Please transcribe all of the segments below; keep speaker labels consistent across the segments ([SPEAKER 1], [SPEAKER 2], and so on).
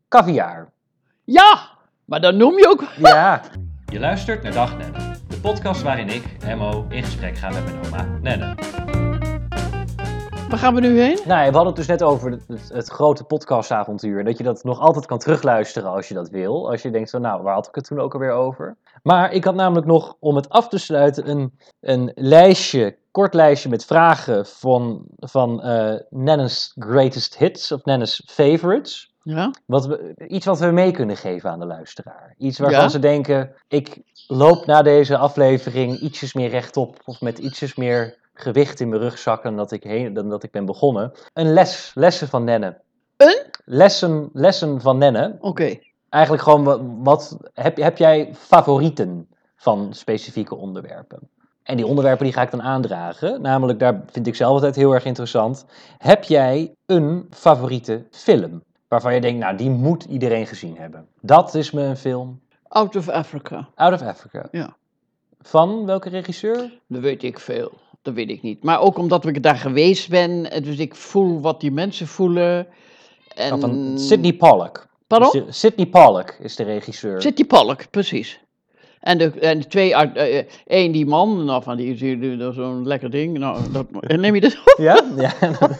[SPEAKER 1] Caviar.
[SPEAKER 2] Ja, maar dan noem je ook...
[SPEAKER 1] Ja. Je luistert naar Dag Nenne, de podcast waarin ik, Emmo, in gesprek ga met mijn oma Nenne.
[SPEAKER 2] Waar gaan we nu heen?
[SPEAKER 1] Nou, we hadden het dus net over het grote podcastavontuur. En dat je dat nog altijd kan terugluisteren als je dat wil. Als je denkt van, nou, waar had ik het toen ook alweer over? Maar ik had namelijk nog, om het af te sluiten, een lijstje, kort lijstje met vragen van Nenne's Greatest Hits of Nenne's Favorites.
[SPEAKER 2] Ja.
[SPEAKER 1] Iets wat we mee kunnen geven aan de luisteraar. Iets waarvan
[SPEAKER 2] Ja.
[SPEAKER 1] ze denken, ik loop na deze aflevering ietsjes meer rechtop of met ietsjes meer gewicht in mijn rugzak dan dat ik ben begonnen. Lessen van Nenne.
[SPEAKER 2] Een?
[SPEAKER 1] Lessen van Nenne.
[SPEAKER 2] Oké.
[SPEAKER 1] Eigenlijk gewoon, heb jij favorieten van specifieke onderwerpen? En die onderwerpen die ga ik dan aandragen. Namelijk, daar vind ik zelf altijd heel erg interessant. Heb jij een favoriete film? Waarvan je denkt, nou, die moet iedereen gezien hebben. Dat is me een film.
[SPEAKER 2] Out of Africa.
[SPEAKER 1] Out of Africa.
[SPEAKER 2] Ja.
[SPEAKER 1] Van welke regisseur?
[SPEAKER 2] Dat weet ik veel. Dat weet ik niet. Maar ook omdat ik daar geweest ben. Dus ik voel wat die mensen voelen. En...
[SPEAKER 1] Van Sidney Pollack.
[SPEAKER 2] Pardon?
[SPEAKER 1] Sidney Pollack is de regisseur.
[SPEAKER 2] Sidney Pollack, precies. En de twee, één die man, nou van die dat is zo'n lekker ding. Nou, neem je dat op?
[SPEAKER 1] Ja? Ja.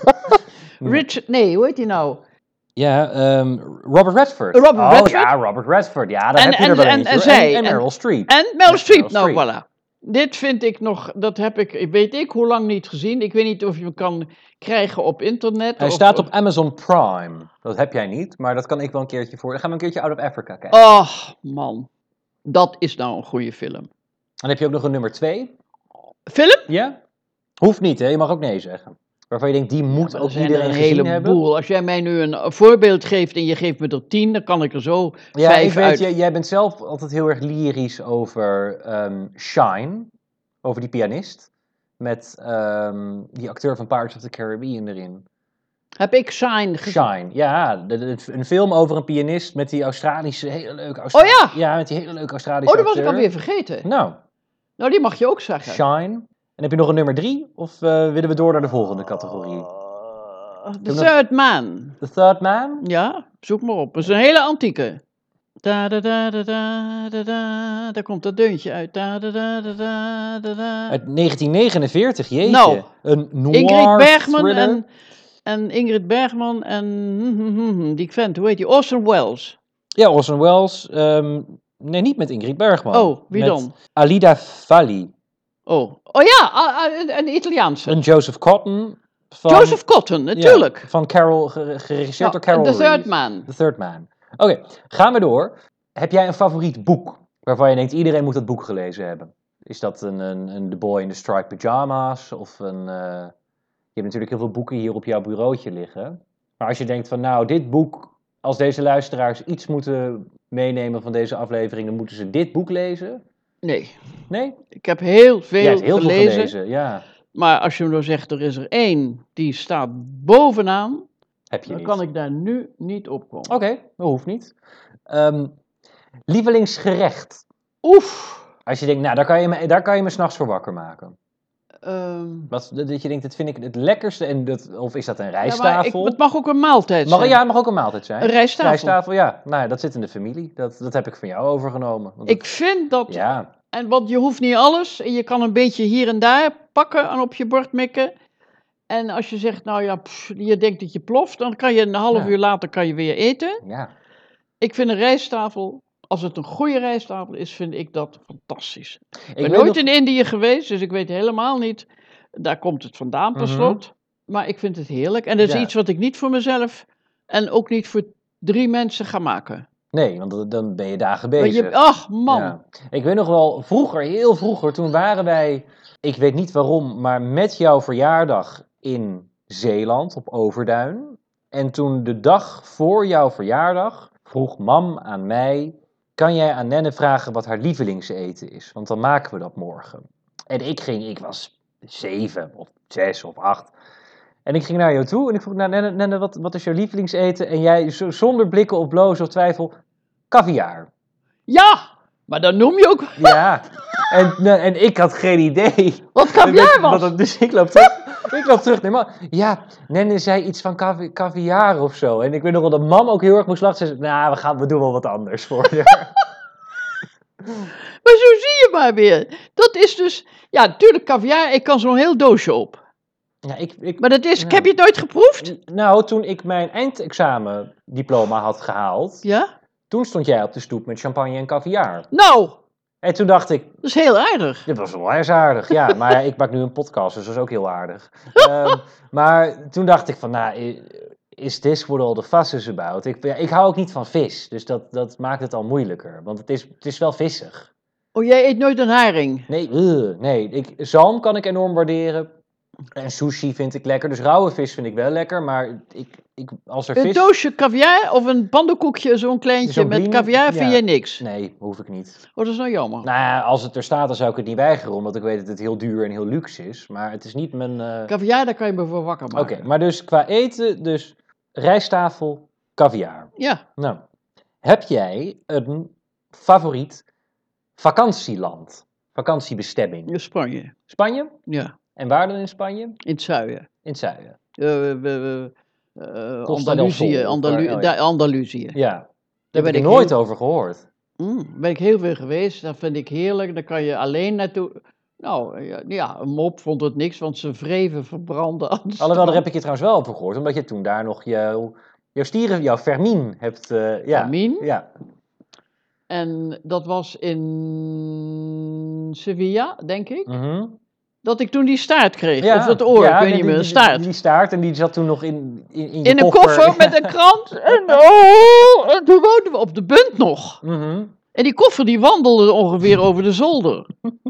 [SPEAKER 2] Richard, nee, hoe heet die nou?
[SPEAKER 1] Ja, Robert Redford.
[SPEAKER 2] Robert Redford?
[SPEAKER 1] Ja, Robert Redford. Ja, daar
[SPEAKER 2] En-
[SPEAKER 1] heb je er wel
[SPEAKER 2] en-
[SPEAKER 1] eentje.
[SPEAKER 2] en zij.
[SPEAKER 1] En Meryl Streep.
[SPEAKER 2] En Meryl Streep,
[SPEAKER 1] Meryl
[SPEAKER 2] nou voilà. Dit vind ik nog, dat heb ik, weet ik hoe lang niet gezien. Ik weet niet of je hem kan krijgen op internet.
[SPEAKER 1] Hij
[SPEAKER 2] of,
[SPEAKER 1] staat op Amazon Prime. Dat heb jij niet, maar dat kan ik wel een keertje voor. Dan gaan we een keertje Out of Africa kijken.
[SPEAKER 2] Ach, man. Dat is nou een goede film.
[SPEAKER 1] Dan heb je ook nog een nummer 2.
[SPEAKER 2] Film?
[SPEAKER 1] Ja? Hoeft niet, hè? Je mag ook nee zeggen. Waarvan je denkt, die moet
[SPEAKER 2] Maar
[SPEAKER 1] ook
[SPEAKER 2] er zijn er
[SPEAKER 1] iedereen
[SPEAKER 2] een
[SPEAKER 1] gezien hebben.
[SPEAKER 2] heleboel. Als jij mij nu een voorbeeld geeft en je geeft me er 10, dan kan ik er zo
[SPEAKER 1] Ja,
[SPEAKER 2] 5
[SPEAKER 1] ik weet,
[SPEAKER 2] uit.
[SPEAKER 1] jij bent zelf altijd heel erg lyrisch over Shine. Over die pianist. Met die acteur van Pirates of the Caribbean erin.
[SPEAKER 2] Heb ik Shine gezien?
[SPEAKER 1] Shine, ja. Een film over een pianist met die Australische, hele leuke
[SPEAKER 2] Oh ja!
[SPEAKER 1] Ja, met die hele leuke Australische
[SPEAKER 2] Oh, dat was ik
[SPEAKER 1] acteur.
[SPEAKER 2] alweer vergeten.
[SPEAKER 1] Nou,
[SPEAKER 2] Nou, die mag je ook zeggen.
[SPEAKER 1] Shine. En heb je nog een nummer 3? Of willen we door naar de volgende categorie?
[SPEAKER 2] The Third Man.
[SPEAKER 1] The Third Man?
[SPEAKER 2] Ja, zoek maar op. Dat is een hele antieke. Da da da da da da da. Daar komt dat deuntje uit. Da da da da da da da.
[SPEAKER 1] Uit 1949, jeetje.
[SPEAKER 2] Nou,
[SPEAKER 1] Een noir
[SPEAKER 2] Ingrid Bergman
[SPEAKER 1] thriller.
[SPEAKER 2] en Ingrid Bergman en die vent, hoe heet die? Orson Welles.
[SPEAKER 1] Ja, Orson Welles. Nee, niet met Ingrid Bergman.
[SPEAKER 2] Oh, wie
[SPEAKER 1] Met
[SPEAKER 2] dan?
[SPEAKER 1] Alida Valli.
[SPEAKER 2] Oh ja, een Italiaanse.
[SPEAKER 1] Een Joseph Cotton.
[SPEAKER 2] Joseph Cotton, natuurlijk.
[SPEAKER 1] Ja, van Carol, geregisseerd door Carol
[SPEAKER 2] The Third
[SPEAKER 1] Reeve.
[SPEAKER 2] Man.
[SPEAKER 1] The Third Man. Oké, gaan we door. Heb jij een favoriet boek waarvan je denkt, iedereen moet dat boek gelezen hebben? Is dat een The Boy in the Striped Pyjama's? Of je hebt natuurlijk heel veel boeken hier op jouw bureautje liggen. Maar als je denkt van, nou, dit boek, als deze luisteraars iets moeten meenemen van deze aflevering, dan moeten ze dit boek lezen?
[SPEAKER 2] Nee,
[SPEAKER 1] Nee?
[SPEAKER 2] ik heb heel veel
[SPEAKER 1] Jij hebt heel veel
[SPEAKER 2] gelezen.
[SPEAKER 1] gelezen, ja.
[SPEAKER 2] Maar als je me nou zegt, er is er één die staat bovenaan,
[SPEAKER 1] Heb je
[SPEAKER 2] dan
[SPEAKER 1] niet.
[SPEAKER 2] kan ik daar nu niet op komen.
[SPEAKER 1] Oké, dat hoeft niet. Lievelingsgerecht.
[SPEAKER 2] Oef.
[SPEAKER 1] Als je denkt, nou, daar kan je me 's nachts voor wakker maken. Dat je denkt, dit vind ik het lekkerste. Of is dat een
[SPEAKER 2] Ja, maar
[SPEAKER 1] rijsttafel?
[SPEAKER 2] het mag ook een maaltijd zijn.
[SPEAKER 1] Ja, het mag ook een maaltijd zijn.
[SPEAKER 2] Een rijsttafel.
[SPEAKER 1] Rijsttafel, ja. Nou ja, dat zit in de familie. Dat heb ik van jou overgenomen. Want
[SPEAKER 2] Ik vind dat,
[SPEAKER 1] ja,
[SPEAKER 2] want je hoeft niet alles. En je kan een beetje hier en daar pakken en op je bord mikken. En als je zegt, nou ja, je denkt dat je ploft, dan kan je een half
[SPEAKER 1] Ja.
[SPEAKER 2] uur later kan je weer eten.
[SPEAKER 1] ja.
[SPEAKER 2] Ik vind een rijsttafel, als het een goede rijsttafel is, vind ik dat fantastisch. Ik ben
[SPEAKER 1] weet
[SPEAKER 2] nooit
[SPEAKER 1] nog-
[SPEAKER 2] in Indië geweest, dus ik weet helemaal niet, daar komt het vandaan per
[SPEAKER 1] Mhm.
[SPEAKER 2] slot. Maar ik vind het heerlijk. En dat is
[SPEAKER 1] Ja.
[SPEAKER 2] iets wat ik niet voor mezelf en ook niet voor 3 mensen ga maken.
[SPEAKER 1] Nee, want dan ben je dagen
[SPEAKER 2] Want
[SPEAKER 1] bezig.
[SPEAKER 2] ach man,
[SPEAKER 1] Ja. Ik weet nog wel, heel vroeger, toen waren wij, ik weet niet waarom, maar met jouw verjaardag in Zeeland, op Overduin. En toen de dag voor jouw verjaardag vroeg mam aan mij, kan jij aan Nenne vragen wat haar lievelingseten is? Want dan maken we dat morgen. En ik was 7 of 6 of 8. En ik ging naar jou toe en ik vroeg, nou Nenne, wat is jouw lievelingseten? En jij zonder blikken of blozen of twijfel, caviar.
[SPEAKER 2] ja, Maar dan noem je ook
[SPEAKER 1] Ja, en ik had geen idee.
[SPEAKER 2] wat caviar was.
[SPEAKER 1] Dus ik loop terug naar mam. Ja, Nenne zei iets van caviar of zo. En ik weet nog wel dat mam ook heel erg moest lachen. Ze zei, nou, we doen wel wat anders voor je.
[SPEAKER 2] Maar zo zie je maar weer. Dat is dus, ja, natuurlijk caviar, ik kan zo'n heel doosje op.
[SPEAKER 1] Ja,
[SPEAKER 2] Maar dat is, heb je het nooit geproefd?
[SPEAKER 1] Nou, toen ik mijn eindexamendiploma had gehaald,
[SPEAKER 2] Ja?
[SPEAKER 1] toen stond jij op de stoep met champagne en caviar.
[SPEAKER 2] Nou,
[SPEAKER 1] En toen dacht ik,
[SPEAKER 2] dat is heel aardig.
[SPEAKER 1] dit was wel erg aardig. Ja, maar ik maak nu een podcast, dus dat is ook heel aardig. Maar toen dacht ik van, nou, is this what all the fuss is about? Ik hou ook niet van vis, dus dat maakt het al moeilijker. Want het is wel vissig.
[SPEAKER 2] Oh, jij eet nooit een haring?
[SPEAKER 1] Nee. Zalm kan ik enorm waarderen. En sushi vind ik lekker. Dus rauwe vis vind ik wel lekker. Maar als er
[SPEAKER 2] Een
[SPEAKER 1] vis...
[SPEAKER 2] doosje caviar of een pandenkoekje, zo'n kleintje
[SPEAKER 1] Zo'n
[SPEAKER 2] met
[SPEAKER 1] blini-
[SPEAKER 2] caviar, vind
[SPEAKER 1] ja.
[SPEAKER 2] jij niks?
[SPEAKER 1] Nee, hoef ik niet.
[SPEAKER 2] Oh, dat is nou jammer.
[SPEAKER 1] Nou ja, als het er staat, dan zou ik het niet weigeren. Omdat ik weet dat het heel duur en heel luxe is. Maar het is niet mijn...
[SPEAKER 2] Caviar, daar kan je me voor wakker maken.
[SPEAKER 1] Oké, maar dus qua eten, dus rijsttafel, caviar.
[SPEAKER 2] Ja,
[SPEAKER 1] Nou, heb jij een favoriet vakantieland? Vakantiebestemming?
[SPEAKER 2] in Spanje.
[SPEAKER 1] Spanje?
[SPEAKER 2] Ja,
[SPEAKER 1] En waar dan in Spanje?
[SPEAKER 2] in het zuiden.
[SPEAKER 1] In het zuiden. Costa del
[SPEAKER 2] Andalusië,
[SPEAKER 1] Sol, of waar? Oh ja.
[SPEAKER 2] Andalusië.
[SPEAKER 1] Ja, daar
[SPEAKER 2] ben
[SPEAKER 1] heb ik
[SPEAKER 2] ik
[SPEAKER 1] nooit
[SPEAKER 2] heel-
[SPEAKER 1] over gehoord.
[SPEAKER 2] Ben ik heel veel geweest, dat vind ik heerlijk. Dan kan je alleen naartoe. Nou, ja, een mop vond het niks, want ze wreven verbranden aan het
[SPEAKER 1] Alhoewel, daar
[SPEAKER 2] strand.
[SPEAKER 1] heb ik je trouwens wel over gehoord. Omdat je toen daar nog jouw stieren, jouw Fermin hebt... ja.
[SPEAKER 2] Fermin?
[SPEAKER 1] Ja.
[SPEAKER 2] En dat was in Sevilla, denk ik.
[SPEAKER 1] Mhm.
[SPEAKER 2] Dat ik toen die staart kreeg,
[SPEAKER 1] Ja,
[SPEAKER 2] of het oor,
[SPEAKER 1] ja,
[SPEAKER 2] ik weet
[SPEAKER 1] die-
[SPEAKER 2] niet meer, een
[SPEAKER 1] die-
[SPEAKER 2] staart.
[SPEAKER 1] Die staart, en die zat toen nog in je
[SPEAKER 2] In een koffer met een krant. En toen woonden we op de Bunt nog.
[SPEAKER 1] Mhm.
[SPEAKER 2] En die koffer die wandelde ongeveer over de zolder.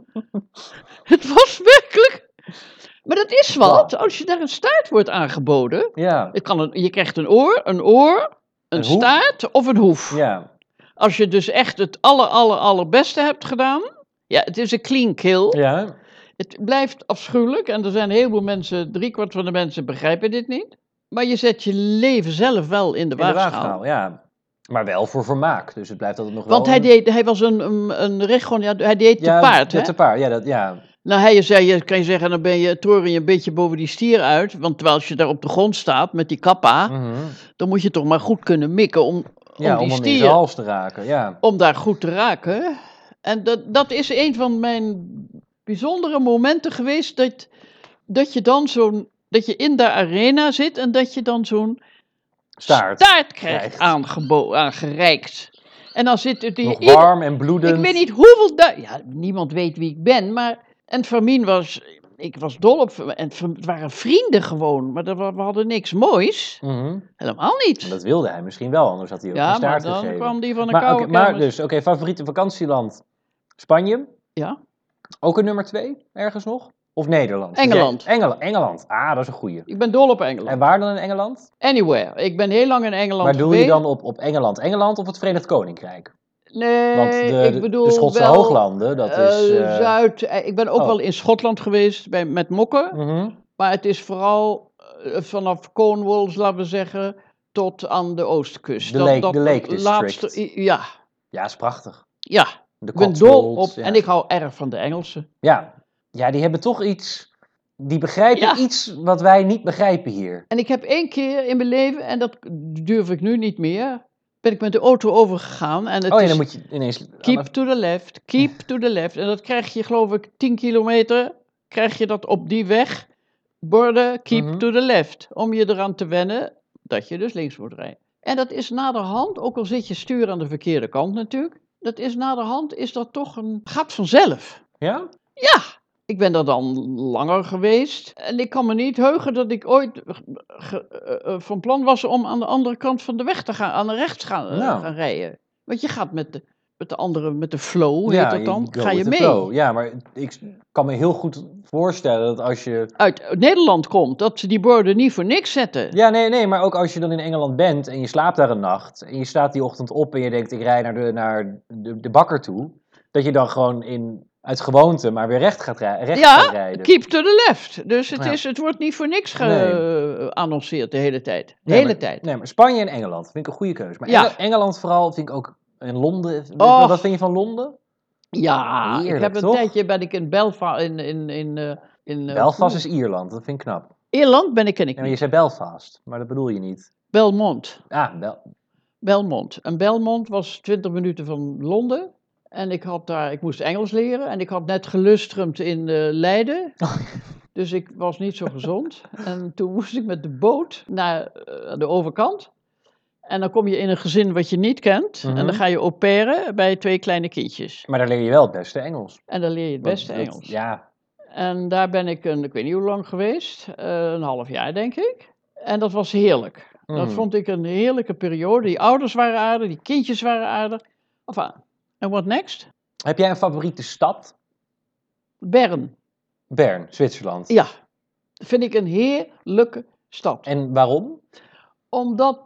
[SPEAKER 2] Het was werkelijk... Maar dat is wat, als je daar een staart wordt aangeboden.
[SPEAKER 1] Ja,
[SPEAKER 2] Je krijgt een oor, een hoef? Staart of een hoef.
[SPEAKER 1] ja.
[SPEAKER 2] Als je dus echt het allerbeste hebt gedaan. Ja, het is een clean kill.
[SPEAKER 1] Ja.
[SPEAKER 2] Het blijft afschuwelijk en er zijn heel veel mensen, 3/4 van de mensen begrijpen dit niet. Maar je zet je leven zelf wel in de
[SPEAKER 1] In de
[SPEAKER 2] waagschaal.
[SPEAKER 1] waagschaal, ja. Maar wel voor vermaak, dus het blijft altijd nog wel...
[SPEAKER 2] Want hij was een rechtgon, ja, hij deed te
[SPEAKER 1] ja,
[SPEAKER 2] paard, hè?
[SPEAKER 1] te paard, ja.
[SPEAKER 2] Nou, kan je zeggen, dan toren je een beetje boven die stier uit. Want terwijl als je daar op de grond staat met die kappa,
[SPEAKER 1] Mhm.
[SPEAKER 2] dan moet je toch maar goed kunnen mikken om
[SPEAKER 1] Ja,
[SPEAKER 2] die
[SPEAKER 1] om hem in zijn
[SPEAKER 2] stier,
[SPEAKER 1] hals te raken, ja.
[SPEAKER 2] om daar goed te raken. En dat is een van mijn bijzondere momenten geweest, dat je dan dat je in de arena zit en dat je dan zo'n
[SPEAKER 1] Staart
[SPEAKER 2] krijgt aangereikt. En dan zit het
[SPEAKER 1] Nog warm en bloedend.
[SPEAKER 2] Ik weet niet hoeveel... Ja, niemand weet wie ik ben, maar... En Fermin was... Ik was dol op... En het waren vrienden gewoon, maar we hadden niks moois.
[SPEAKER 1] Mhm.
[SPEAKER 2] Helemaal niet.
[SPEAKER 1] En dat wilde hij misschien wel, anders had hij ook geen
[SPEAKER 2] Ja, maar
[SPEAKER 1] staart
[SPEAKER 2] dan
[SPEAKER 1] gegeven.
[SPEAKER 2] kwam die van een
[SPEAKER 1] Maar,
[SPEAKER 2] koude
[SPEAKER 1] oké, maar
[SPEAKER 2] kermis.
[SPEAKER 1] dus, favoriete vakantieland? Spanje?
[SPEAKER 2] Ja,
[SPEAKER 1] Ook een nummer 2, ergens nog? Of Nederland?
[SPEAKER 2] Engeland.
[SPEAKER 1] Engeland. Ah, dat is een goeie.
[SPEAKER 2] ik ben dol op Engeland.
[SPEAKER 1] En waar dan in Engeland?
[SPEAKER 2] Anywhere. Ik ben heel lang in Engeland
[SPEAKER 1] Maar doe
[SPEAKER 2] geweest.
[SPEAKER 1] je dan op Engeland of het Verenigd Koninkrijk?
[SPEAKER 2] Nee,
[SPEAKER 1] Want
[SPEAKER 2] ik bedoel
[SPEAKER 1] de Schotse
[SPEAKER 2] wel,
[SPEAKER 1] hooglanden, dat is...
[SPEAKER 2] ik ben ook
[SPEAKER 1] oh.
[SPEAKER 2] wel in Schotland geweest met mokken.
[SPEAKER 1] Mhm.
[SPEAKER 2] Maar het is vooral vanaf Cornwall, laten we zeggen, tot aan de oostkust.
[SPEAKER 1] De Lake District.
[SPEAKER 2] Ja,
[SPEAKER 1] Ja, is prachtig.
[SPEAKER 2] ja.
[SPEAKER 1] De
[SPEAKER 2] Ik ben dol op.
[SPEAKER 1] Cotswolds, ja.
[SPEAKER 2] En ik hou erg van de Engelsen.
[SPEAKER 1] Ja, die hebben toch iets... Die begrijpen
[SPEAKER 2] Ja.
[SPEAKER 1] iets wat wij niet begrijpen hier.
[SPEAKER 2] En ik heb 1 keer in mijn leven, en dat durf ik nu niet meer, ben ik met de auto overgegaan. En het
[SPEAKER 1] Oh ja,
[SPEAKER 2] is
[SPEAKER 1] dan moet je ineens...
[SPEAKER 2] keep to the left, keep to the left. En dat krijg je, geloof ik, 10 kilometer, krijg je dat op die weg. Borden, keep
[SPEAKER 1] Mhm.
[SPEAKER 2] to the left. Om je eraan te wennen dat je dus links moet rijden. En dat is naderhand, ook al zit je stuur aan de verkeerde kant natuurlijk, dat is naderhand, is dat toch gaat vanzelf.
[SPEAKER 1] Ja?
[SPEAKER 2] Ja, ik ben er dan langer geweest. En ik kan me niet heugen dat ik ooit van plan was om aan de andere kant van de weg te gaan, aan de rechts gaan rijden. Want je gaat met de flow, hoe heet dat dan?
[SPEAKER 1] go
[SPEAKER 2] Ga je
[SPEAKER 1] with the
[SPEAKER 2] mee.
[SPEAKER 1] flow. Ja, maar ik kan me heel goed voorstellen dat als je...
[SPEAKER 2] Uit Nederland komt, dat ze die borden niet voor niks zetten.
[SPEAKER 1] Ja, nee, maar ook als je dan in Engeland bent en je slaapt daar een nacht en je staat die ochtend op en je denkt ik rij naar de bakker toe, dat je dan gewoon uit gewoonte maar weer recht gaat rijden.
[SPEAKER 2] Keep to the left. Dus
[SPEAKER 1] Ja.
[SPEAKER 2] het wordt niet voor niks
[SPEAKER 1] Nee.
[SPEAKER 2] geannonceerd de hele tijd. tijd.
[SPEAKER 1] Nee, maar Spanje en Engeland vind ik een goede keuze. Maar
[SPEAKER 2] Ja.
[SPEAKER 1] Engeland vooral vind ik ook... En Londen,
[SPEAKER 2] Och.
[SPEAKER 1] wat vind je van Londen?
[SPEAKER 2] Ja, ik
[SPEAKER 1] Heerlijk,
[SPEAKER 2] heb een
[SPEAKER 1] toch?
[SPEAKER 2] tijdje ben ik in Belfast,
[SPEAKER 1] Belfast is Ierland, dat vind ik knap.
[SPEAKER 2] Ierland ken ik
[SPEAKER 1] Ja, maar je
[SPEAKER 2] niet.
[SPEAKER 1] zei Belfast, maar dat bedoel je niet.
[SPEAKER 2] Belmont.
[SPEAKER 1] Ah,
[SPEAKER 2] Belmont. En Belmont was 20 minuten van Londen. En ik moest Engels leren. En ik had net gelustrumd in Leiden. Dus ik was niet zo gezond. En toen moest ik met de boot naar de overkant. En dan kom je in een gezin wat je niet kent. En dan ga je au pairen bij 2 kleine kindjes.
[SPEAKER 1] Maar daar leer je wel het beste Engels.
[SPEAKER 2] En dan leer je het beste Engels.
[SPEAKER 1] Ja.
[SPEAKER 2] En daar ben ik ik weet niet hoe lang geweest. Een half jaar, denk ik. En dat was heerlijk. Dat vond ik een heerlijke periode. Die ouders waren aardig, die kindjes waren aardig. Enfin, en what next?
[SPEAKER 1] Heb jij een favoriete stad?
[SPEAKER 2] Bern.
[SPEAKER 1] Bern, Zwitserland.
[SPEAKER 2] Ja, dat vind ik een heerlijke stad.
[SPEAKER 1] En waarom?
[SPEAKER 2] Omdat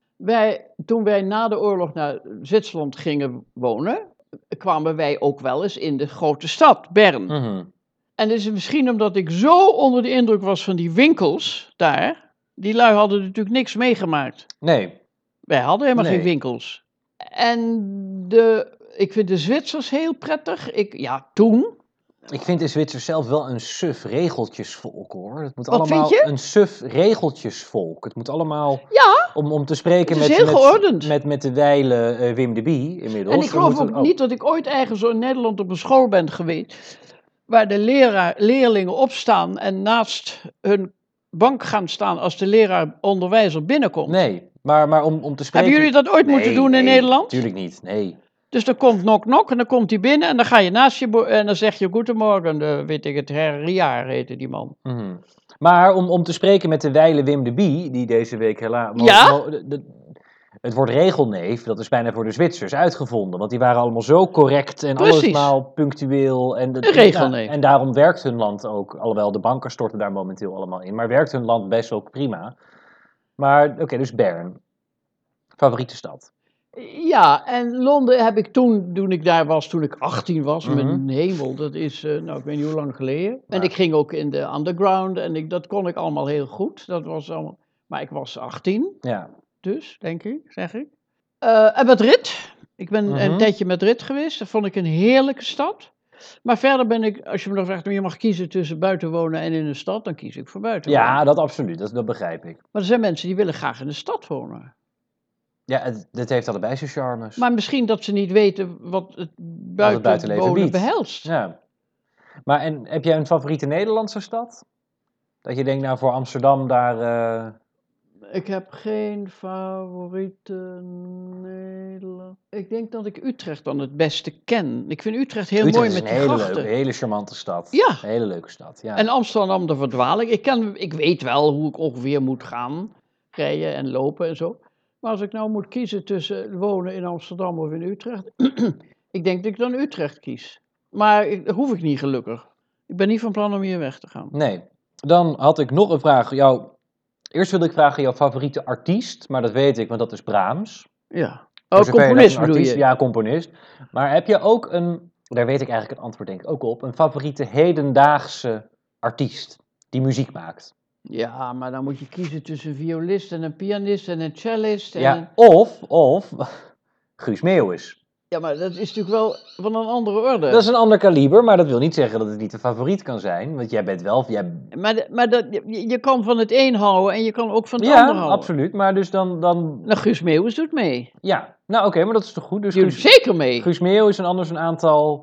[SPEAKER 2] toen wij na de oorlog naar Zwitserland gingen wonen, kwamen wij ook wel eens in de grote stad, Bern. En het is misschien omdat ik zo onder de indruk was van die winkels daar. Die lui hadden natuurlijk niks meegemaakt.
[SPEAKER 1] Nee.
[SPEAKER 2] Wij hadden helemaal geen winkels. En ik vind de Zwitsers heel prettig. Toen.
[SPEAKER 1] Ik vind de Zwitsers zelf wel een suf regeltjesvolk, hoor. Het moet
[SPEAKER 2] Wat
[SPEAKER 1] allemaal
[SPEAKER 2] vind je?
[SPEAKER 1] een suf regeltjesvolk. Het moet allemaal,
[SPEAKER 2] Ja,
[SPEAKER 1] om te spreken
[SPEAKER 2] het is heel geordend.
[SPEAKER 1] met de wijle Wim de Bie inmiddels.
[SPEAKER 2] En ik geloof ook niet dat ik ooit ergens in Nederland op een school ben geweest, waar de leerlingen opstaan en naast hun bank gaan staan als de leraar-onderwijzer binnenkomt.
[SPEAKER 1] Nee, maar om te spreken...
[SPEAKER 2] Hebben jullie dat ooit moeten doen in Nederland?
[SPEAKER 1] Natuurlijk niet, nee.
[SPEAKER 2] Dus dan komt knock en dan komt hij binnen en dan ga je naast je en dan zeg je goedemorgen, weet ik het, Herr Riaar heette die man.
[SPEAKER 1] Maar om te spreken met de wijle Wim de Bie, die deze week helaas...
[SPEAKER 2] Ja?
[SPEAKER 1] Het woord regelneef, dat is bijna voor de Zwitsers uitgevonden. Want die waren allemaal zo correct en
[SPEAKER 2] Precies.
[SPEAKER 1] allesmaal punctueel.
[SPEAKER 2] Een regelneef.
[SPEAKER 1] En daarom werkt hun land ook, alhoewel de banken storten daar momenteel allemaal in. Maar werkt hun land best ook prima. Maar oké, dus Bern. Favoriete stad.
[SPEAKER 2] Ja, en Londen heb ik toen ik daar was, toen ik 18 was, mijn hemel, dat is, ik weet niet hoe lang geleden. En ik ging ook in de underground en dat kon ik allemaal heel goed. Dat was allemaal, maar ik was 18, dus, denk ik, zeg ik. En Madrid, ik ben een tijdje Madrid geweest, dat vond ik een heerlijke stad. Maar verder ben ik, als je me dan vraagt, je mag kiezen tussen buiten wonen en in een stad, dan kies ik voor buiten wonen.
[SPEAKER 1] Ja, dat absoluut, dat begrijp ik.
[SPEAKER 2] Maar er zijn mensen die willen graag in de stad wonen.
[SPEAKER 1] Ja, het heeft allebei zijn charmes.
[SPEAKER 2] Maar misschien dat ze niet weten wat het buitenleven wonen behelst.
[SPEAKER 1] Ja. Maar en heb jij een favoriete Nederlandse stad? Dat je denkt, nou voor Amsterdam daar...
[SPEAKER 2] Ik heb geen favoriete Nederland. Ik denk dat ik Utrecht dan het beste ken. Ik vind Utrecht heel mooi met die grachten.
[SPEAKER 1] Utrecht is een hele charmante stad.
[SPEAKER 2] Ja.
[SPEAKER 1] Een hele leuke stad, ja.
[SPEAKER 2] En Amsterdam, daar verdwaal ik. Ik weet wel hoe ik ongeveer moet gaan. Rijden en lopen en zo. Maar als ik nou moet kiezen tussen wonen in Amsterdam of in Utrecht. Ik denk dat ik dan Utrecht kies. Maar dat hoef ik niet, gelukkig. Ik ben niet van plan om hier weg te gaan.
[SPEAKER 1] Nee. Dan had ik nog een vraag. Eerst wilde ik vragen jouw favoriete artiest. Maar dat weet ik, want dat is Brahms.
[SPEAKER 2] Ja. Oh, componist bedoel je?
[SPEAKER 1] Ja, componist. Maar heb je ook daar weet ik eigenlijk het antwoord denk ik ook op, een favoriete hedendaagse artiest die muziek maakt?
[SPEAKER 2] Ja, maar dan moet je kiezen tussen een violist en een pianist en een cellist.
[SPEAKER 1] Of Guus Meeuwis.
[SPEAKER 2] Ja, maar dat is natuurlijk wel van een andere orde.
[SPEAKER 1] Dat is een ander kaliber, maar dat wil niet zeggen dat het niet een favoriet kan zijn. Want jij bent wel...
[SPEAKER 2] Maar je kan van het een houden en je kan ook van het ander houden.
[SPEAKER 1] Ja, absoluut. Maar dus dan...
[SPEAKER 2] Nou, Guus Meeuwis doet mee.
[SPEAKER 1] Ja, nou oké, maar dat is toch goed. Dus
[SPEAKER 2] doet zeker mee.
[SPEAKER 1] Guus Meeuwis en anders een aantal...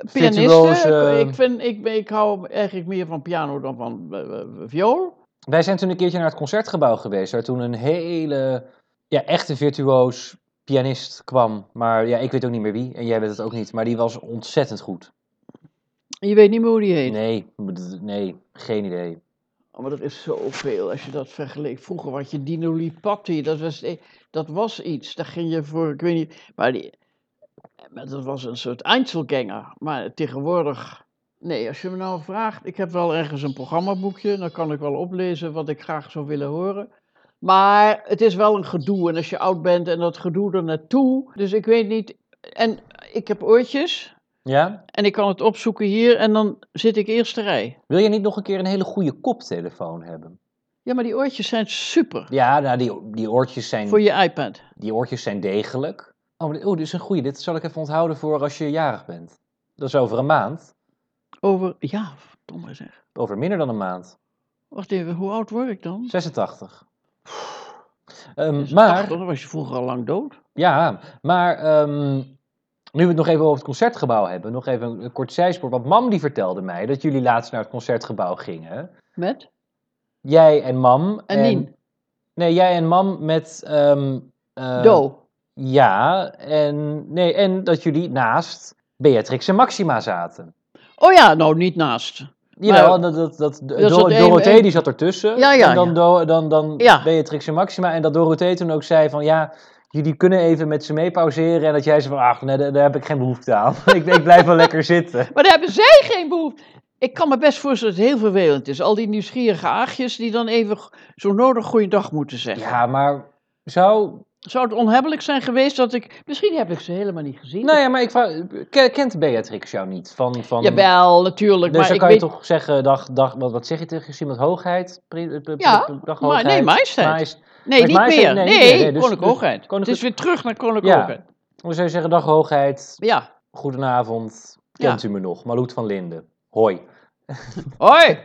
[SPEAKER 2] Pianisten. Ik hou eigenlijk meer van piano dan van viool.
[SPEAKER 1] Wij zijn toen een keertje naar het Concertgebouw geweest, waar toen een hele, echte virtuoos pianist kwam. Maar ja, ik weet ook niet meer wie, en jij weet het ook niet, maar die was ontzettend goed.
[SPEAKER 2] Je weet niet meer hoe die heet?
[SPEAKER 1] Nee, geen idee.
[SPEAKER 2] Oh, maar er is zoveel, als je dat vergeleek. Vroeger had je Dino Lipatti, dat was iets. Daar ging je voor, ik weet niet, maar dat was een soort Einzelgänger. Maar tegenwoordig... Nee, als je me nou vraagt, ik heb wel ergens een programmaboekje, dan kan ik wel oplezen wat ik graag zou willen horen. Maar het is wel een gedoe en als je oud bent en dat gedoe er naartoe, dus ik weet niet. En ik heb oortjes.
[SPEAKER 1] Ja?
[SPEAKER 2] En ik kan het opzoeken hier en dan zit ik eerste rij.
[SPEAKER 1] Wil je niet nog een keer een hele goede koptelefoon hebben?
[SPEAKER 2] Ja, maar die oortjes zijn super.
[SPEAKER 1] Ja, nou die oortjes zijn...
[SPEAKER 2] Voor je iPad.
[SPEAKER 1] Die oortjes zijn degelijk. Oh, dit is een goeie. Dit zal ik even onthouden voor als je jarig bent. Dat is over een maand.
[SPEAKER 2] Ja, verdomme zeg.
[SPEAKER 1] Over minder dan een maand.
[SPEAKER 2] Wacht even, hoe oud word ik dan?
[SPEAKER 1] 86.
[SPEAKER 2] Maar... Dan was je vroeger al lang dood.
[SPEAKER 1] Ja, maar nu we het nog even over het Concertgebouw hebben, nog even een kort zijspoor. Want mam die vertelde mij dat jullie laatst naar het Concertgebouw gingen.
[SPEAKER 2] Met?
[SPEAKER 1] Jij en mam.
[SPEAKER 2] En Nien?
[SPEAKER 1] Nee, jij en mam met...
[SPEAKER 2] Do.
[SPEAKER 1] Ja, en dat jullie naast Beatrix en Maxima zaten.
[SPEAKER 2] Oh ja, nou niet naast.
[SPEAKER 1] Jawel, Dorothee die zat ertussen.
[SPEAKER 2] Ja.
[SPEAKER 1] En dan Beatrix en Maxima. En dat Dorothee toen ook zei van ja, jullie kunnen even met ze mee pauzeren. En dat jij zei van ach, nee, daar heb ik geen behoefte aan. ik blijf wel lekker zitten.
[SPEAKER 2] Maar daar hebben zij geen behoefte. Ik kan me best voorstellen dat het heel vervelend is. Al die nieuwsgierige aagjes die dan even zo nodig goeiedag moeten zeggen.
[SPEAKER 1] Ja, maar
[SPEAKER 2] Zou het onhebbelijk zijn geweest dat ik... Misschien heb ik ze helemaal niet gezien.
[SPEAKER 1] Nou ja, maar kent Beatrix jou niet?
[SPEAKER 2] Jawel, natuurlijk.
[SPEAKER 1] Dus
[SPEAKER 2] maar
[SPEAKER 1] dan kan je toch zeggen, wat zeg je tegen iemand? Hoogheid?
[SPEAKER 2] Dag hoogheid? Nee, majesteit. Nee, niet meer. Nee, koninklijke hoogheid. Het is weer terug naar koninklijke hoogheid.
[SPEAKER 1] Dan zou je zeggen, dag hoogheid.
[SPEAKER 2] Ja.
[SPEAKER 1] Goedenavond. Kent u me nog? Marloet van Linden. Hoi.
[SPEAKER 2] Hoi.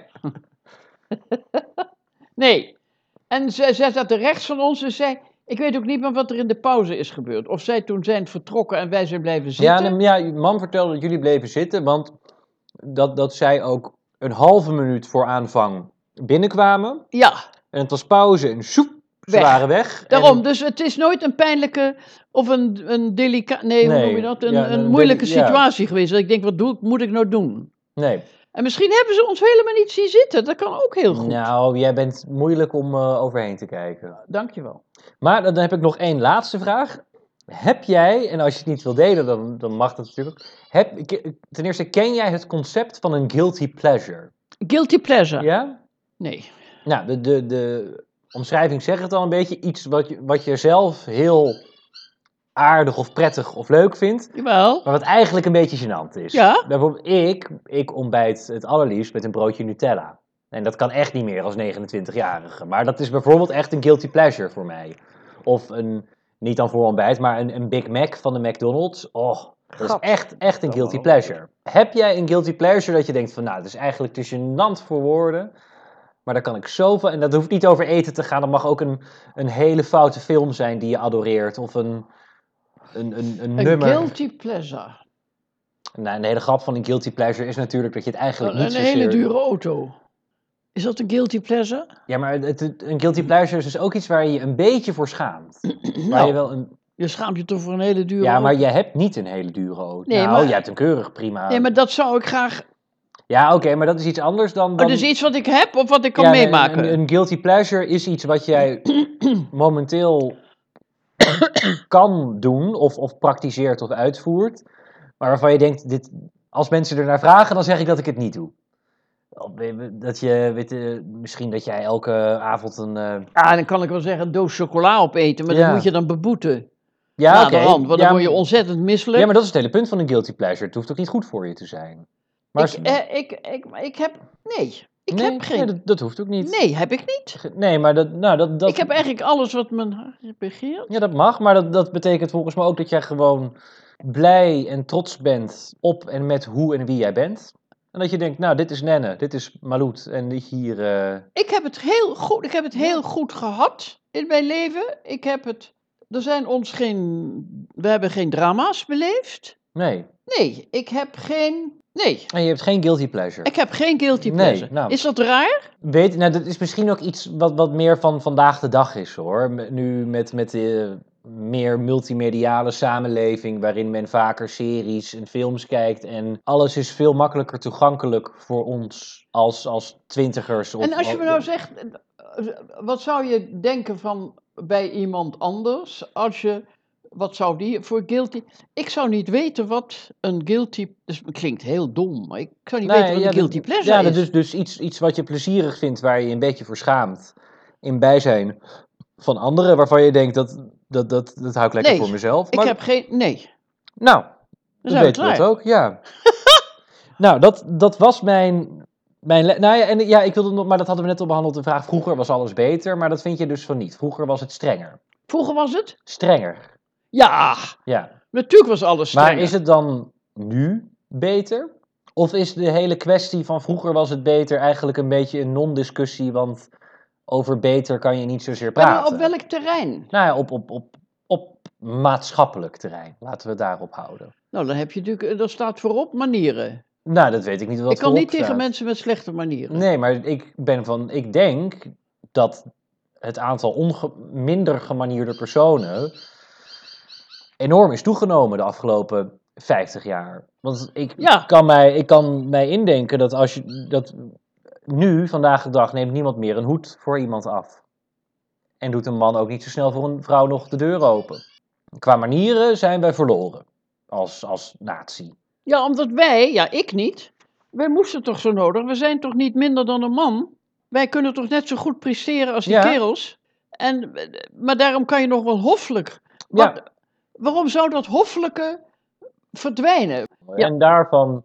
[SPEAKER 2] Nee. En zij zat er rechts van ons en zei... Ik weet ook niet meer wat er in de pauze is gebeurd. Of zij toen zijn vertrokken en wij zijn blijven zitten.
[SPEAKER 1] Ja, mam vertelde dat jullie bleven zitten, want dat zij ook een halve minuut voor aanvang binnenkwamen.
[SPEAKER 2] Ja.
[SPEAKER 1] En het was pauze en soep, ze waren weg.
[SPEAKER 2] Daarom, dus het is nooit een pijnlijke of een delicate... Nee, hoe noem je dat? Een moeilijke situatie geweest. Dat ik denk, wat moet ik nou doen?
[SPEAKER 1] Nee.
[SPEAKER 2] En misschien hebben ze ons helemaal niet zien zitten. Dat kan ook heel goed.
[SPEAKER 1] Nou, jij bent moeilijk om overheen te kijken.
[SPEAKER 2] Dankjewel.
[SPEAKER 1] Maar dan heb ik nog één laatste vraag. Heb jij, en als je het niet wil delen, dan mag dat natuurlijk. Ten eerste, ken jij het concept van een guilty pleasure?
[SPEAKER 2] Guilty pleasure?
[SPEAKER 1] Ja?
[SPEAKER 2] Nee.
[SPEAKER 1] Nou, de omschrijving zegt het al een beetje. Iets wat je zelf heel aardig of prettig of leuk vindt.
[SPEAKER 2] Jawel.
[SPEAKER 1] Maar wat eigenlijk een beetje gênant is.
[SPEAKER 2] Ja?
[SPEAKER 1] Bijvoorbeeld ik ontbijt het allerliefst met een broodje Nutella. En dat kan echt niet meer als 29-jarige. Maar dat is bijvoorbeeld echt een guilty pleasure voor mij. Of niet dan voor ontbijt, maar een Big Mac van de McDonald's. Oh, dat is echt een guilty pleasure. Heb jij een guilty pleasure dat je denkt van, nou, dat is eigenlijk te gênant voor woorden. Maar daar kan ik zoveel... En dat hoeft niet over eten te gaan. Dat mag ook een hele foute film zijn die je adoreert. Of een nummer.
[SPEAKER 2] Een guilty pleasure.
[SPEAKER 1] Nou, een hele grap van een guilty pleasure is natuurlijk dat je het eigenlijk niet zozeer...
[SPEAKER 2] Een hele dure auto. Is dat een guilty pleasure?
[SPEAKER 1] Ja, maar een guilty pleasure is dus ook iets waar je je een beetje voor schaamt. Waar je wel
[SPEAKER 2] je schaamt je toch voor een hele dure auto?
[SPEAKER 1] Ja, maar je hebt niet een hele dure auto.
[SPEAKER 2] Nee, maar...
[SPEAKER 1] je hebt een keurig prima...
[SPEAKER 2] Nee, maar dat zou ik graag...
[SPEAKER 1] Ja, oké, maar dat is iets anders dan...
[SPEAKER 2] dat is iets wat ik heb of wat ik kan meemaken?
[SPEAKER 1] Een guilty pleasure is iets wat jij momenteel kan doen of praktiseert of uitvoert. Maar waarvan je denkt, als mensen ernaar vragen, dan zeg ik dat ik het niet doe. Dat je, misschien dat jij elke avond een...
[SPEAKER 2] dan kan ik wel zeggen een doos chocola opeten, maar dat moet je dan beboeten.
[SPEAKER 1] Ja, oké.
[SPEAKER 2] Want dan word je ontzettend misselijk.
[SPEAKER 1] Ja, maar dat is het hele punt van een guilty pleasure. Het hoeft ook niet goed voor je te zijn. Maar
[SPEAKER 2] Ik heb... Nee, ik heb geen...
[SPEAKER 1] Nee, dat hoeft ook niet.
[SPEAKER 2] Nee, heb ik niet.
[SPEAKER 1] Nee, maar dat... Ik
[SPEAKER 2] heb eigenlijk alles wat mijn hart begeert.
[SPEAKER 1] Ja, dat mag, maar dat betekent volgens mij ook dat jij gewoon blij en trots bent op en met hoe en wie jij bent. En dat je denkt, nou, dit is Nenne, dit is Marloet en hier...
[SPEAKER 2] Ik heb het heel goed gehad in mijn leven. We hebben geen drama's beleefd.
[SPEAKER 1] Nee.
[SPEAKER 2] Nee, ik heb geen... Nee.
[SPEAKER 1] En je hebt geen guilty pleasure?
[SPEAKER 2] Ik heb geen guilty pleasure.
[SPEAKER 1] Nee, nou,
[SPEAKER 2] is dat raar?
[SPEAKER 1] Dat is misschien ook iets wat meer van vandaag de dag is, hoor. Nu met de meer multimediale samenleving, waarin men vaker series en films kijkt en alles is veel makkelijker toegankelijk voor ons als twintigers.
[SPEAKER 2] En als je me nou zegt, wat zou je denken van bij iemand anders wat zou die voor guilty... Ik zou niet weten wat een guilty... Dus het klinkt heel dom, maar ik zou niet weten wat een guilty pleasure is.
[SPEAKER 1] Ja, dus iets wat je plezierig vindt, waar je je een beetje voor schaamt. In bijzijn van anderen, waarvan je denkt, dat hou ik lekker voor mezelf.
[SPEAKER 2] Maar... Ik heb geen... Nee.
[SPEAKER 1] Nou, dan weten we het ook, ja. Nou, dat was mijn ik wilde nog, maar dat hadden we net al behandeld, de vraag, vroeger was alles beter, maar dat vind je dus van niet. Vroeger was het strenger.
[SPEAKER 2] Vroeger was het?
[SPEAKER 1] Strenger.
[SPEAKER 2] Ja, natuurlijk was alles strenger.
[SPEAKER 1] Maar is het dan nu beter? Of is de hele kwestie van vroeger was het beter eigenlijk een beetje een non-discussie, want over beter kan je niet zozeer
[SPEAKER 2] Ja,
[SPEAKER 1] praten?
[SPEAKER 2] maar op welk terrein?
[SPEAKER 1] Nou ja, op maatschappelijk terrein. Laten we het daarop houden.
[SPEAKER 2] Nou, dan heb je natuurlijk, er staat voorop manieren.
[SPEAKER 1] Nou, dat weet ik niet wat
[SPEAKER 2] Ik kan
[SPEAKER 1] voorop
[SPEAKER 2] niet tegen
[SPEAKER 1] staat.
[SPEAKER 2] mensen met slechte manieren.
[SPEAKER 1] Nee, maar ik denk dat het aantal minder gemanierde personen enorm is toegenomen de afgelopen 50 jaar. Want ik kan mij indenken dat als je dat nu, vandaag de dag, neemt niemand meer een hoed voor iemand af. En doet een man ook niet zo snel voor een vrouw nog de deur open. Qua manieren zijn wij verloren als natie.
[SPEAKER 2] Ja, omdat ik niet. Wij moesten toch zo nodig. We zijn toch niet minder dan een man. Wij kunnen toch net zo goed presteren als die kerels. Maar daarom kan je nog wel hoffelijk. Waarom zou dat hoffelijke verdwijnen?
[SPEAKER 1] Ja. En daarvan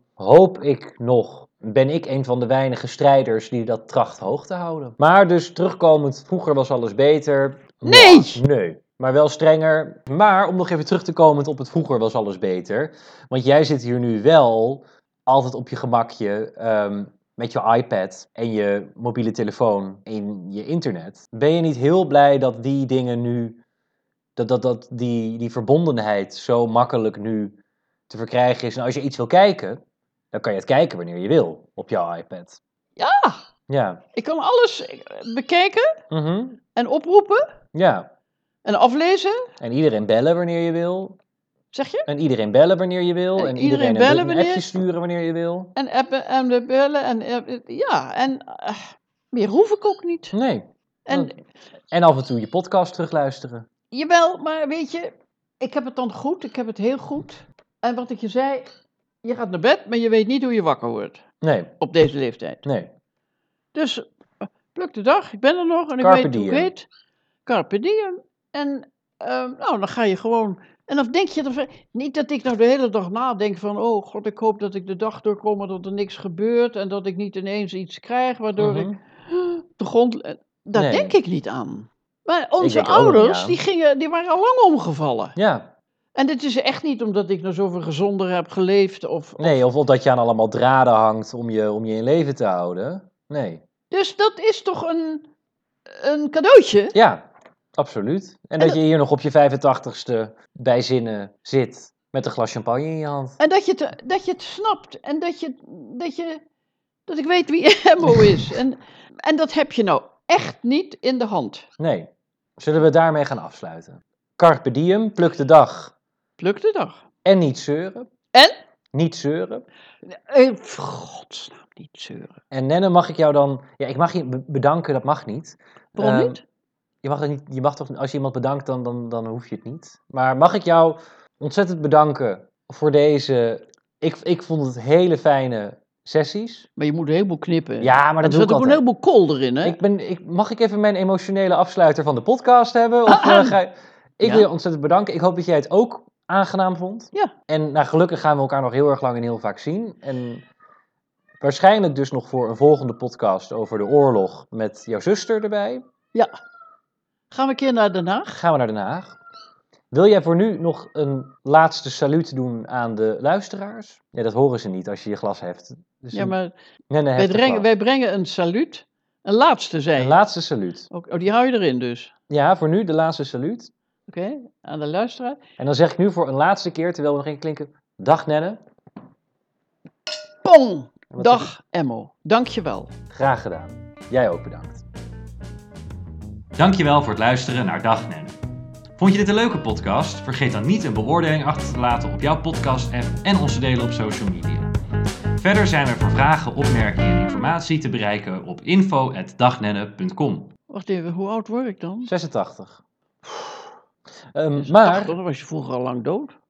[SPEAKER 1] ben ik een van de weinige strijders die dat tracht hoog te houden. Maar dus terugkomend, vroeger was alles beter. Nee. Maar wel strenger. Maar om nog even terug te komen op het vroeger was alles beter. Want jij zit hier nu wel altijd op je gemakje met je iPad en je mobiele telefoon in je internet. Ben je niet heel blij dat die dingen nu, dat die verbondenheid zo makkelijk nu te verkrijgen is? En als je iets wil kijken, dan kan je het kijken wanneer je wil op jouw iPad. Ja.
[SPEAKER 2] Ik kan alles bekijken en oproepen.
[SPEAKER 1] Ja.
[SPEAKER 2] En aflezen.
[SPEAKER 1] En iedereen bellen wanneer je wil.
[SPEAKER 2] Zeg je?
[SPEAKER 1] En iedereen bellen wanneer je wil. En iedereen een appje sturen wanneer je wil.
[SPEAKER 2] En appen en bellen. En meer hoef ik ook niet.
[SPEAKER 1] Nee. En af en toe je podcast terugluisteren.
[SPEAKER 2] Jawel, maar weet je, ik heb het dan goed. Ik heb het heel goed. En wat ik je zei, je gaat naar bed, maar je weet niet hoe je wakker wordt.
[SPEAKER 1] Nee.
[SPEAKER 2] Op deze leeftijd.
[SPEAKER 1] Nee.
[SPEAKER 2] Dus, pluk de dag, ik ben er nog en ik weet hoe het heet. Carpe diem. En dan ga je gewoon. En dan denk je niet dat ik nou de hele dag nadenk van, oh god, ik hoop dat ik de dag doorkom en dat er niks gebeurt en dat ik niet ineens iets krijg waardoor ik de grond. Daar denk ik niet aan. Maar onze ouders, die waren al lang omgevallen.
[SPEAKER 1] Ja.
[SPEAKER 2] En dit is echt niet omdat ik nou zoveel gezonder heb geleefd of
[SPEAKER 1] dat je aan allemaal draden hangt om je in leven te houden. Nee.
[SPEAKER 2] Dus dat is toch een cadeautje?
[SPEAKER 1] Ja, absoluut. En dat je hier nog op je 85ste bij zinnen zit met een glas champagne in je hand.
[SPEAKER 2] En dat je het snapt. En dat ik weet wie Emmo is. En dat heb je nou echt niet in de hand.
[SPEAKER 1] Nee. Zullen we daarmee gaan afsluiten? Carpe diem, pluk de dag.
[SPEAKER 2] Pluk de dag.
[SPEAKER 1] En niet zeuren.
[SPEAKER 2] En?
[SPEAKER 1] Niet zeuren.
[SPEAKER 2] Godsnaam, niet zeuren.
[SPEAKER 1] En Nenne, mag ik jou dan... Ja, ik mag je bedanken, dat mag niet.
[SPEAKER 2] Waarom niet?
[SPEAKER 1] Je mag toch, als je iemand bedankt, dan hoef je het niet. Maar mag ik jou ontzettend bedanken voor deze... Ik vond het hele fijne sessies.
[SPEAKER 2] Maar je moet een heleboel knippen.
[SPEAKER 1] Ja, maar dat doe ik altijd.
[SPEAKER 2] Er zit ook een heleboel kool erin, hè?
[SPEAKER 1] Mag ik even mijn emotionele afsluiter van de podcast hebben? Of ik wil je ontzettend bedanken. Ik hoop dat jij het ook aangenaam vond.
[SPEAKER 2] Ja.
[SPEAKER 1] En gelukkig gaan we elkaar nog heel erg lang en heel vaak zien. En waarschijnlijk dus nog voor een volgende podcast over de oorlog met jouw zuster erbij.
[SPEAKER 2] Ja. Gaan we een keer naar Den Haag?
[SPEAKER 1] Gaan we naar Den Haag. Wil jij voor nu nog een laatste saluut doen aan de luisteraars? Ja, dat horen ze niet als je je glas heft. Dus
[SPEAKER 2] ja, maar
[SPEAKER 1] wij
[SPEAKER 2] brengen een saluut. Een laatste, zei je.
[SPEAKER 1] Een laatste saluut.
[SPEAKER 2] Oh, die hou je erin dus?
[SPEAKER 1] Ja, voor nu de laatste saluut.
[SPEAKER 2] Oké, aan de luisteraar.
[SPEAKER 1] En dan zeg ik nu voor een laatste keer, terwijl we nog één klinken. Dag Nenne.
[SPEAKER 2] Pong! Dag Emmo. Dankjewel.
[SPEAKER 1] Graag gedaan. Jij ook bedankt. Dankjewel voor het luisteren naar Dag Nenne. Vond je dit een leuke podcast? Vergeet dan niet een beoordeling achter te laten op jouw podcast-app en ons te delen op social media. Verder zijn we voor vragen, opmerkingen en informatie te bereiken op info@dagnenne.com.
[SPEAKER 2] Wacht even, hoe oud word ik dan?
[SPEAKER 1] 86.
[SPEAKER 2] Maar... Dan was je vroeger al lang dood.